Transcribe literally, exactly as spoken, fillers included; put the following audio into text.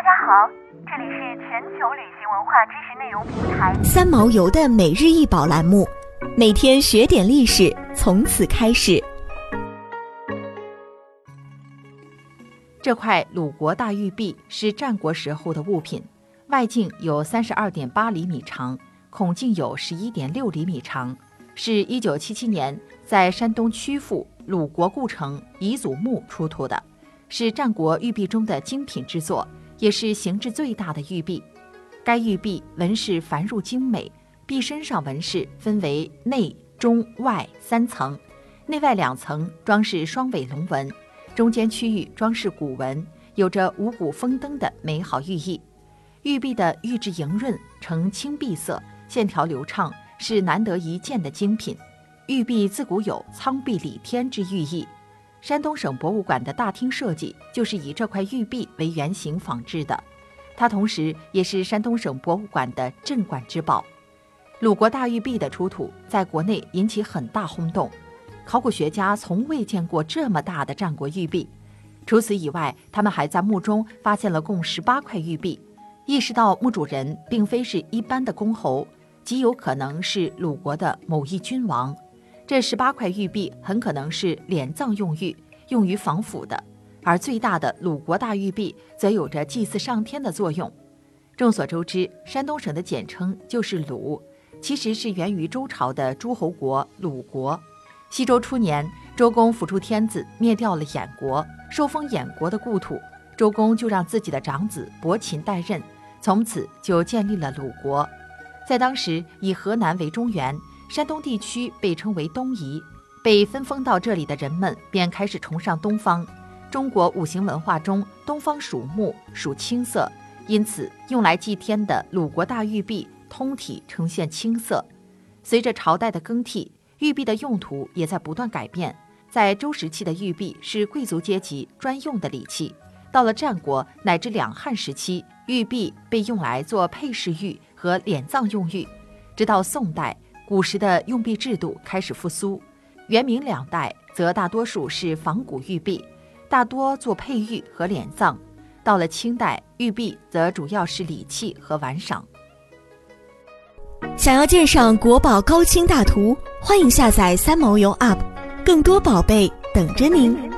家好，这里是全球旅行文化知识内容平台三毛游的每日一宝栏目，每天学点历史，从此开始。 这块鲁国大玉璧是战国时候的物品，外径有 三十二点八厘米长，孔径有 十一点六厘米长，是一九七七年在山东曲阜鲁国故城彝祖墓出土的，是战国玉璧中的精品之作，也是形制最大的玉璧。该玉璧纹饰繁缛精美，璧身上纹饰分为内、中、外三层，内外两层装饰双尾龙纹，中间区域装饰古纹，有着五谷丰登的美好寓意。玉璧的玉质莹润，呈青碧色，线条流畅，是难得一见的精品。玉璧自古有苍璧礼天之寓意，山东省博物馆的大厅设计就是以这块玉璧为原型仿制的，它同时也是山东省博物馆的镇馆之宝。鲁国大玉璧的出土在国内引起很大轰动，考古学家从未见过这么大的战国玉璧。除此以外，他们还在墓中发现了共十八块玉璧，意识到墓主人并非是一般的公侯，极有可能是鲁国的某一君王。这十八块玉璧很可能是敛葬用玉，用于防腐的，而最大的鲁国大玉璧则有着祭祀上天的作用。众所周知，山东省的简称就是鲁，其实是源于周朝的诸侯国鲁国。西周初年，周公辅助天子灭掉了衍国，受封衍国的故土，周公就让自己的长子伯禽代任，从此就建立了鲁国。在当时，以河南为中原，山东地区被称为东夷，被分封到这里的人们便开始崇尚东方。中国五行文化中，东方属木，属青色，因此用来祭天的鲁国大玉璧通体呈现青色。随着朝代的更替，玉璧的用途也在不断改变。在周时期的玉璧是贵族阶级专用的礼器，到了战国乃至两汉时期，玉璧被用来做配饰玉和敛葬用玉。直到宋代，古时的用璧制度开始复苏，元明两代则大多数是仿古玉璧，大多做配玉和敛葬。到了清代，玉璧则主要是礼器和玩赏。 想要鉴赏国宝高清大图，欢迎下载三毛游 App， 更多宝贝等着您。